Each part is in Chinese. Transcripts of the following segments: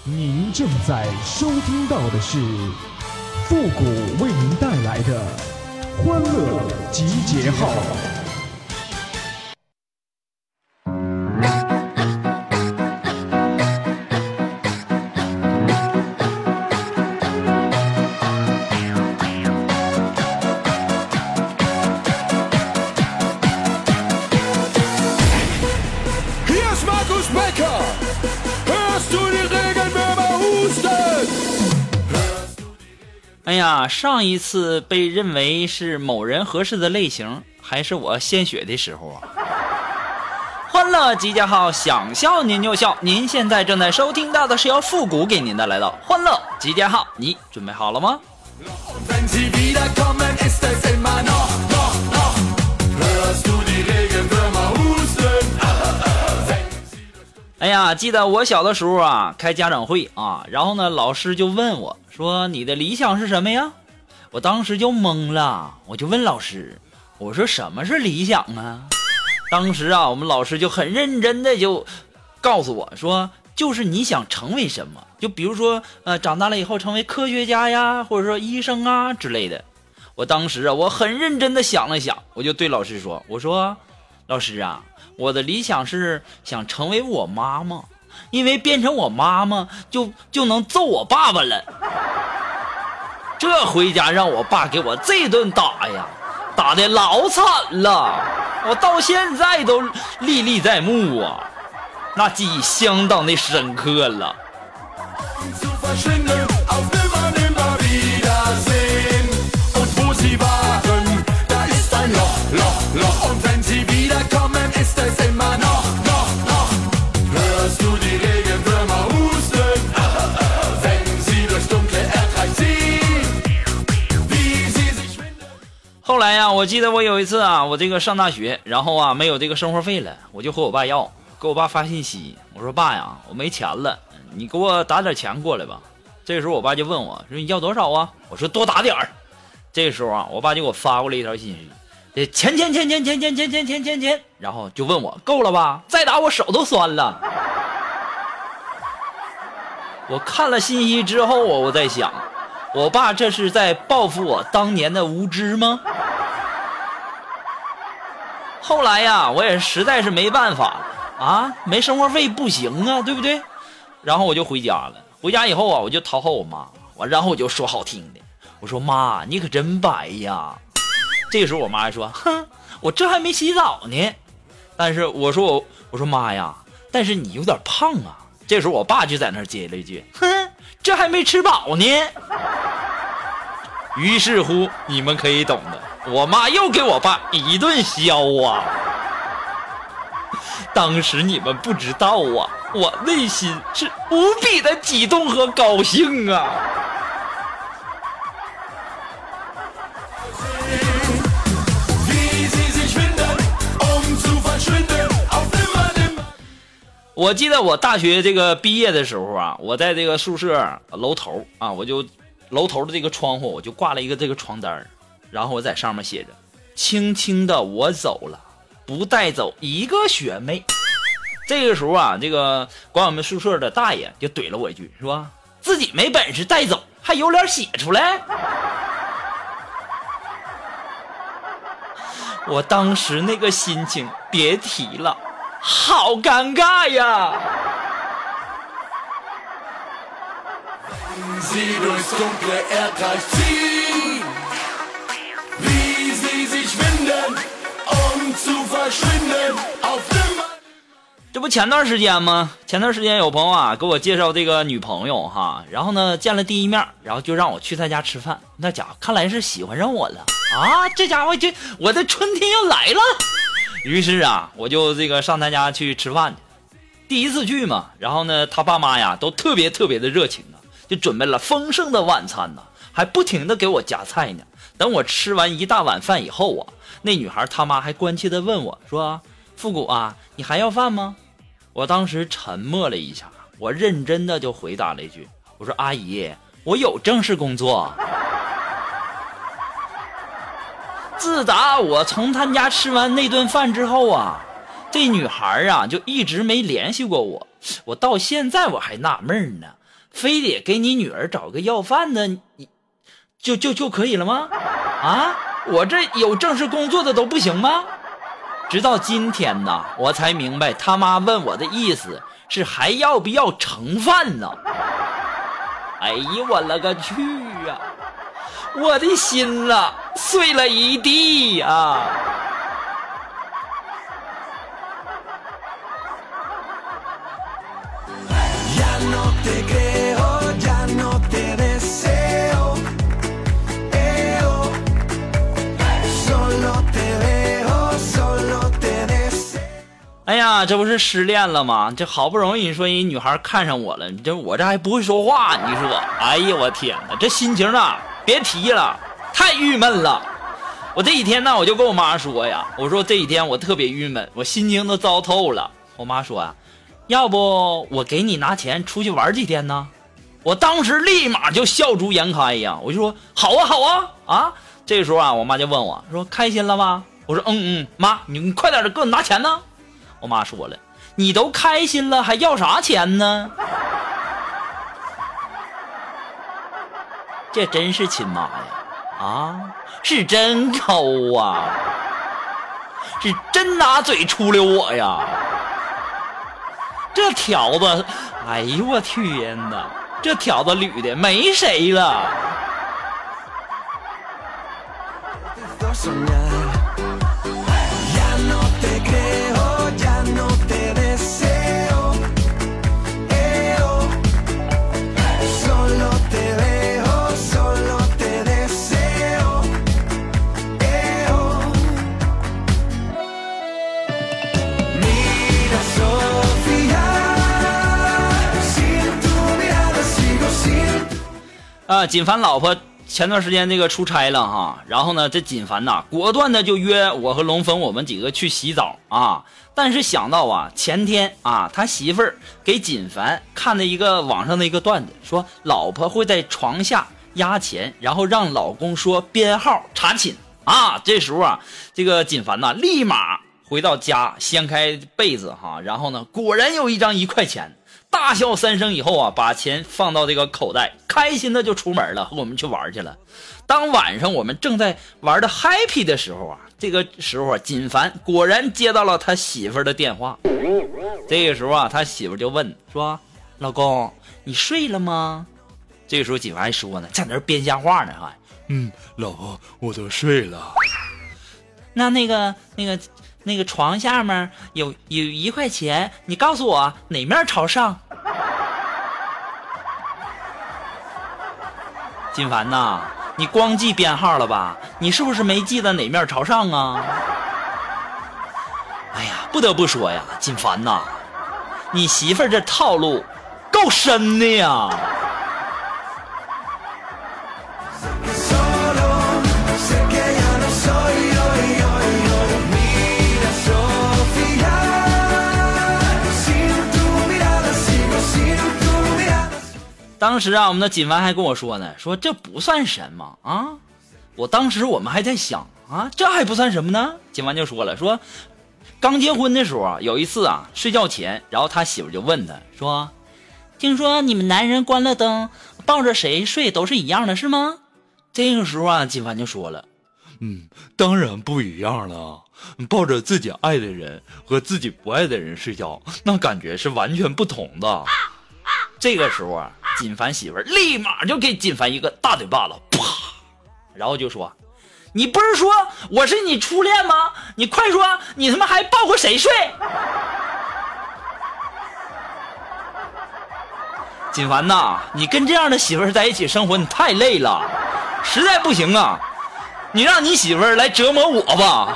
您正在收听到的是复古为您带来的欢乐集结号。 哎呀，上一次被认为是某人合适的类型，还是我献血的时候啊！欢乐集结号，想笑您就笑。您现在正在收听到的是由复古给您带来的欢乐集结号，你准备好了吗？哎呀，记得我小的时候啊，开家长会啊，然后呢，老师就问我说：“你的理想是什么呀？”我当时就懵了，我就问老师，我说：“什么是理想啊？”当时啊，我们老师就很认真的就告诉我说：“就是你想成为什么，就比如说长大了以后成为科学家呀，或者说医生啊之类的。”我当时啊，我很认真的想了想，我就对老师说：“我说，老师啊。”我的理想是想成为我妈妈，因为变成我妈妈就能揍我爸爸了。这回家让我爸给我这顿打呀，打得老惨了，我到现在都历历在目啊，那记忆相当的深刻了。后来呀，我记得我有一次啊，我这个上大学，然后啊没有这个生活费了，我就和我爸要，给我爸发信息，我说爸呀，我没钱了，你给我打点钱过来吧。这个时候我爸就问我说你要多少啊？我说多打点儿。这个时候啊，我爸就给我发过来一条信息，钱，然后就问我够了吧？再打我手都酸了。我看了信息之后啊，我在想，我爸这是在报复我当年的无知吗？后来呀，我也实在是没办法了啊，没生活费不行啊，对不对？然后我就回家了。回家以后啊，我就讨好我妈，然后我就说好听的，我说妈，你可真白呀。这个时候我妈还说，哼，我这还没洗澡呢。但是我说妈呀，但是你有点胖啊。这时候我爸就在那儿接了一句，哼，这还没吃饱呢。于是乎你们可以懂的，我妈又给我爸一顿削啊。当时你们不知道啊，我内心是无比的激动和高兴啊。我记得我大学这个毕业的时候啊，我在这个宿舍楼头啊，我就楼头的这个窗户我就挂了一个这个床单，然后我在上面写着，轻轻的我走了，不带走一个学妹。这个时候啊，这个管我们宿舍的大爷就怼了我一句，说自己没本事带走还有脸写出来。我当时那个心情别提了，好尴尬呀。这不前段时间吗？前段时间有朋友啊给我介绍这个女朋友哈，然后呢见了第一面，然后就让我去他家吃饭。那家伙看来是喜欢上我了啊！这家伙就我的春天要来了。于是啊，我就这个上他家去吃饭去。第一次去嘛，然后呢，他爸妈呀都特别的热情啊，就准备了丰盛的晚餐呢，还不停的给我夹菜呢。等我吃完一大碗饭以后啊，那女孩他妈还关切的问我说：“复古啊，你还要饭吗？”我当时沉默了一下，我认真的就回答了一句：“我说阿姨，我有正式工作。”自打我从他家吃完那顿饭之后啊，这女孩啊就一直没联系过我。我到现在我还纳闷呢， 非得给你女儿找个要饭的，就可以了吗？啊，我这有正式工作的都不行吗？直到今天呢，我才明白他妈问我的意思是还要不要盛饭呢。哎呦我了个去啊，我的心啊碎了一地啊。哎呀，这不是失恋了吗？这好不容易说一女孩看上我了，我这还不会说话，你说，哎呀我天哪，这心情啊别提了，太郁闷了。我这几天呢，我就跟我妈说呀，我说这几天我特别郁闷，我心情都糟透了。我妈说啊，要不我给你拿钱出去玩几天呢？我当时立马就笑逐颜开呀，我就说好啊好啊啊！这个时候啊，我妈就问我说开心了吗？我说妈，你快点给我拿钱呢。我妈说了，你都开心了还要啥钱呢？这真是亲妈呀！啊，是真抠啊，是真拿嘴出溜我呀！这条子，哎呦我天哪，这条子捋的没谁了。锦凡老婆前段时间这个出差了哈，然后呢，这锦凡呐，果断的就约我和龙峰我们几个去洗澡啊。但是想到啊，前天啊，他媳妇儿给锦凡看了一个网上的一个段子，说老婆会在床下压钱，然后让老公说编号查寝啊。这时候啊，这个锦凡呐，立马回到家掀开被子哈，然后呢，果然有一张1块钱。大笑3声以后啊，把钱放到这个口袋，开心的就出门了，和我们去玩去了。当晚上我们正在玩的 happy 的时候啊，这个时候啊，锦凡果然接到了他媳妇的电话。这个时候啊，他媳妇就问说：“老公，你睡了吗？”这个时候锦凡还说呢，在那编瞎话呢，还老婆，我都睡了。 那个床下面有1块钱，你告诉我哪面朝上？锦凡呐，你光记编号了吧？你是不是没记得哪面朝上啊？哎呀，不得不说呀，锦凡呐，你媳妇儿这套路够深的呀。当时啊，我们的锦凡还跟我说呢，说这不算什么啊。我们还在想啊，这还不算什么呢？锦凡就说了，说刚结婚的时候啊，有一次啊，睡觉前，然后他媳妇就问他说，听说你们男人关了灯抱着谁睡都是一样的是吗？这个时候啊，锦凡就说了， 当然不一样了，抱着自己爱的人和自己不爱的人睡觉，那感觉是完全不同的。 这个时候啊，锦凡媳妇立马就给锦凡一个大嘴巴子，啪，然后就说，你不是说我是你初恋吗？你快说，你他妈还抱过谁睡？锦凡呐，你跟这样的媳妇在一起生活，你太累了，实在不行啊，你让你媳妇来折磨我吧。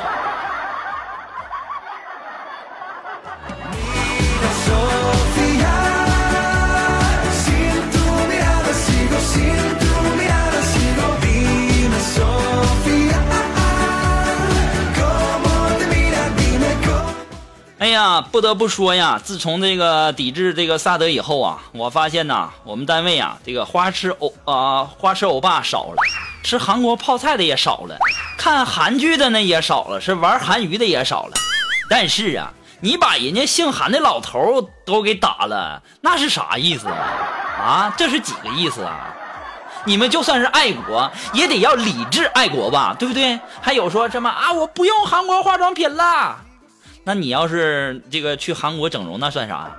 哎呀，不得不说呀，自从这个抵制这个萨德以后啊，我发现呐，我们单位啊，这个花痴欧巴少了，吃韩国泡菜的也少了，看韩剧的呢也少了，是玩韩娱的也少了。但是啊，你把人家姓韩的老头都给打了，那是啥意思啊？ 啊，这是几个意思啊？你们就算是爱国，也得要理智爱国吧，对不对？还有说什么啊，我不用韩国化妆品啦。那你要是这个去韩国整容，那算啥？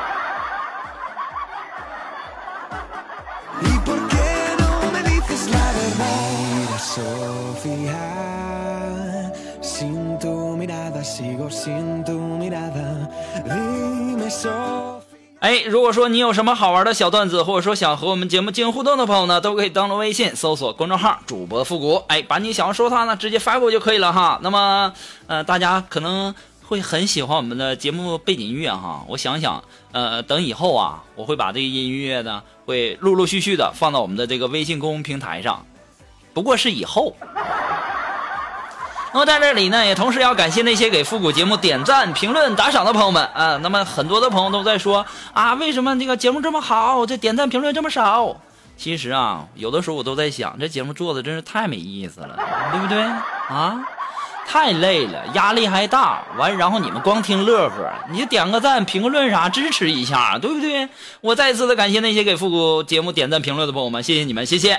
哎，如果说你有什么好玩的小段子，或者说想和我们节目进行互动的朋友呢，都可以登录微信搜索公众号主播复古，哎，把你想要说的话呢直接发过就可以了哈。那么大家可能会很喜欢我们的节目背景音乐哈，我想想等以后啊，我会把这个音乐呢会陆陆续续的放到我们的这个微信公众平台上，不过是以后。那么在这里呢，也同时要感谢那些给复古节目点赞、评论、打赏的朋友们啊。那么很多的朋友都在说啊，为什么这个节目这么好，这点赞评论这么少？其实啊，有的时候我都在想，这节目做的真是太没意思了，对不对啊？太累了，压力还大，然后你们光听乐呵，你点个赞、评个论啥，支持一下，对不对？我再次的感谢那些给复古节目点赞评论的朋友们，谢谢你们，谢谢。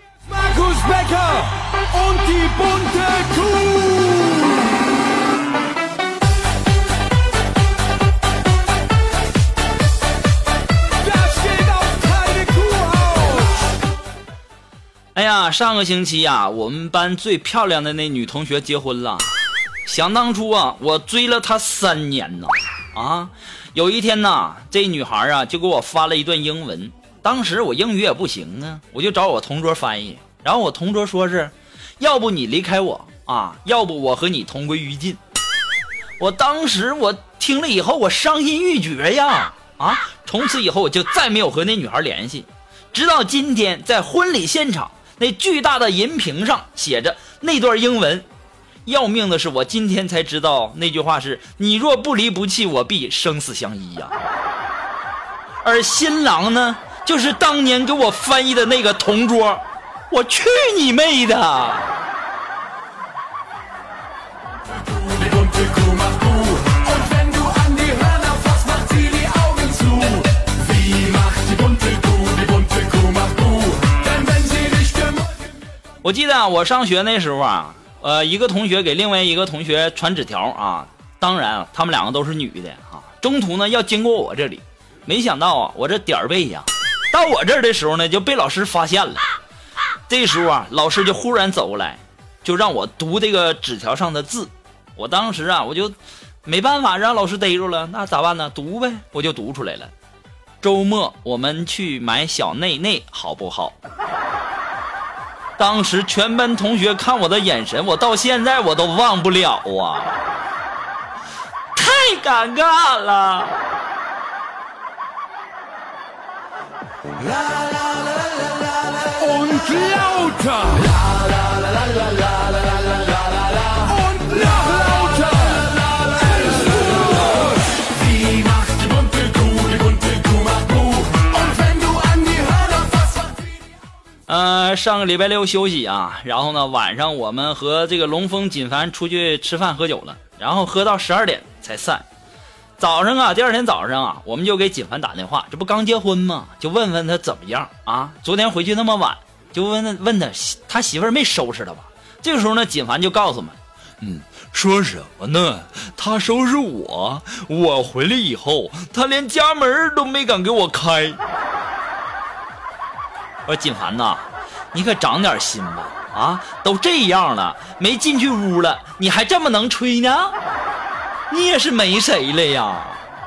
哎呀，上个星期呀，我们班最漂亮的那女同学结婚了。想当初啊，我追了她3年呢。啊，有一天呢，这女孩啊就给我发了一段英文。当时我英语也不行啊，我就找我同桌翻译。然后我同桌说是，要不你离开我啊，要不我和你同归于尽。我当时我听了以后，我伤心欲绝呀！啊，从此以后我就再没有和那女孩联系。直到今天，在婚礼现场。那巨大的银屏上写着那段英文，要命的是我今天才知道那句话是你若不离不弃，我必生死相依呀。而新郎呢，就是当年给我翻译的那个同桌，我去你妹的！我记得我上学那时候啊，一个同学给另外一个同学传纸条啊，当然他们两个都是女的啊。中途呢要经过我这里，没想到啊，我这点背呀，到我这儿的时候呢就被老师发现了。这时候啊，老师就忽然走过来，就让我读这个纸条上的字。我当时啊，我就没办法，让老师逮住了，那咋办呢？读呗，我就读出来了。周末我们去买小内内好不好？当时全班同学看我的眼神，我到现在我都忘不了啊，太尴尬了。上个礼拜六休息啊，然后呢晚上我们和这个龙峰锦凡出去吃饭喝酒了，然后喝到12点才散。早上啊，第二天早上啊，我们就给锦凡打电话，这不刚结婚吗？就问问他怎么样啊？昨天回去那么晚，就问他媳妇儿没收拾他吧？这个时候呢，锦凡就告诉我们， 说什么呢？他收拾我回来以后，他连家门都没敢给我开。 我说锦凡呐，你可长点心吧！啊，都这样了，没进去屋了，你还这么能吹呢？你也是没谁了呀！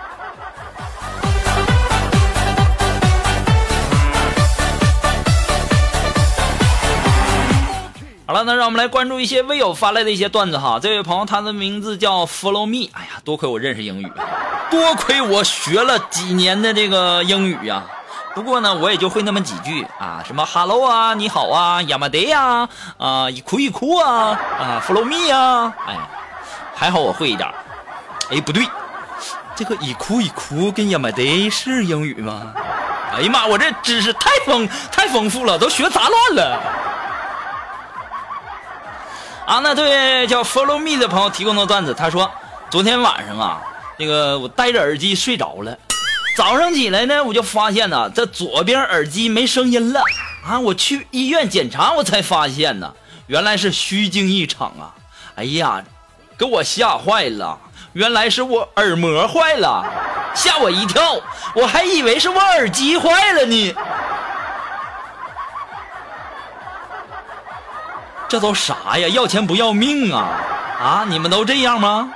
好了，那让我们来关注一些微友发来的一些段子哈。这位朋友他的名字叫 Follow Me， 哎呀，多亏我认识英语，多亏我学了几年的这个英语呀。不过呢，我也就会那么几句啊，什么 Hello 啊，你好啊，亚麻得呀，一哭啊，Follow Me 啊，哎，还好我会一点。哎，不对，这个一哭跟亚麻得是英语吗？哎呀妈，我这知识太丰富了，都学杂乱了。啊，那对叫 Follow Me 的朋友提供的段子，他说昨天晚上啊，那个我戴着耳机睡着了。 早上起来呢，我就发现呢，这左边耳机没声音了啊！我去医院检查，我才发现呢，原来是虚惊一场啊！哎呀，给我吓坏了，原来是我耳膜坏了，吓我一跳，我还以为是我耳机坏了呢。这都啥呀？要钱不要命啊！啊，你们都这样吗？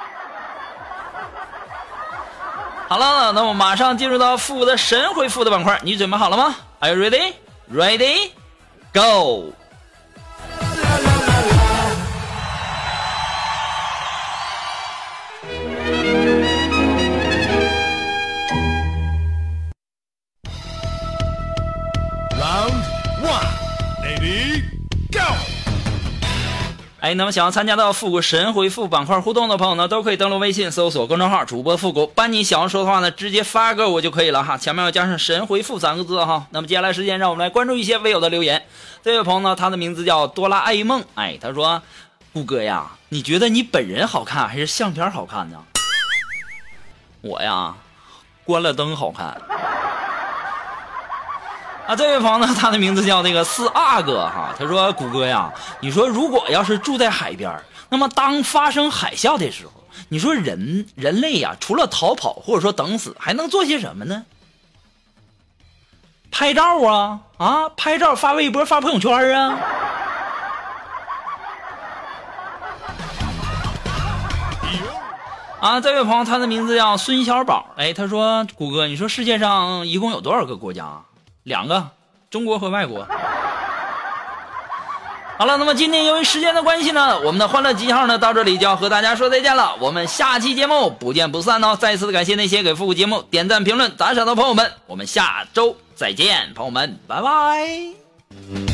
好了，那我马上进入到复古的神回复的板块，你准备好了吗？ Are you ready? Ready? Go! Round 1, Ready? Go! 那么想要参加到复古神回复板块互动的朋友呢，都可以登录微信搜索公众号主播复古，把你想要说的话呢直接发给我就可以了哈，前面要加上神回复3个字哈。那么接下来时间让我们来关注一些微友的留言。这位朋友呢，他的名字叫多拉爱梦，他说顾哥呀，你觉得你本人好看还是相片好看呢？我呀，关了灯好看。这位朋友呢，他的名字叫那个四阿哥哈，他说谷歌呀，你说如果要是住在海边，那么当发生海啸的时候，你说人类呀，除了逃跑或者说等死，还能做些什么呢？拍照啊，拍照发微博发朋友圈啊。这位朋友他的名字叫孙小宝，他说谷歌，你说世界上一共有多少个国家？2个，中国和外国。好了，那么今天由于时间的关系呢，我们的欢乐集号呢到这里就要和大家说再见了，我们下期节目不见不散哦！再次的感谢那些给复古节目点赞评论打赏的朋友们，我们下周再见，朋友们，拜拜。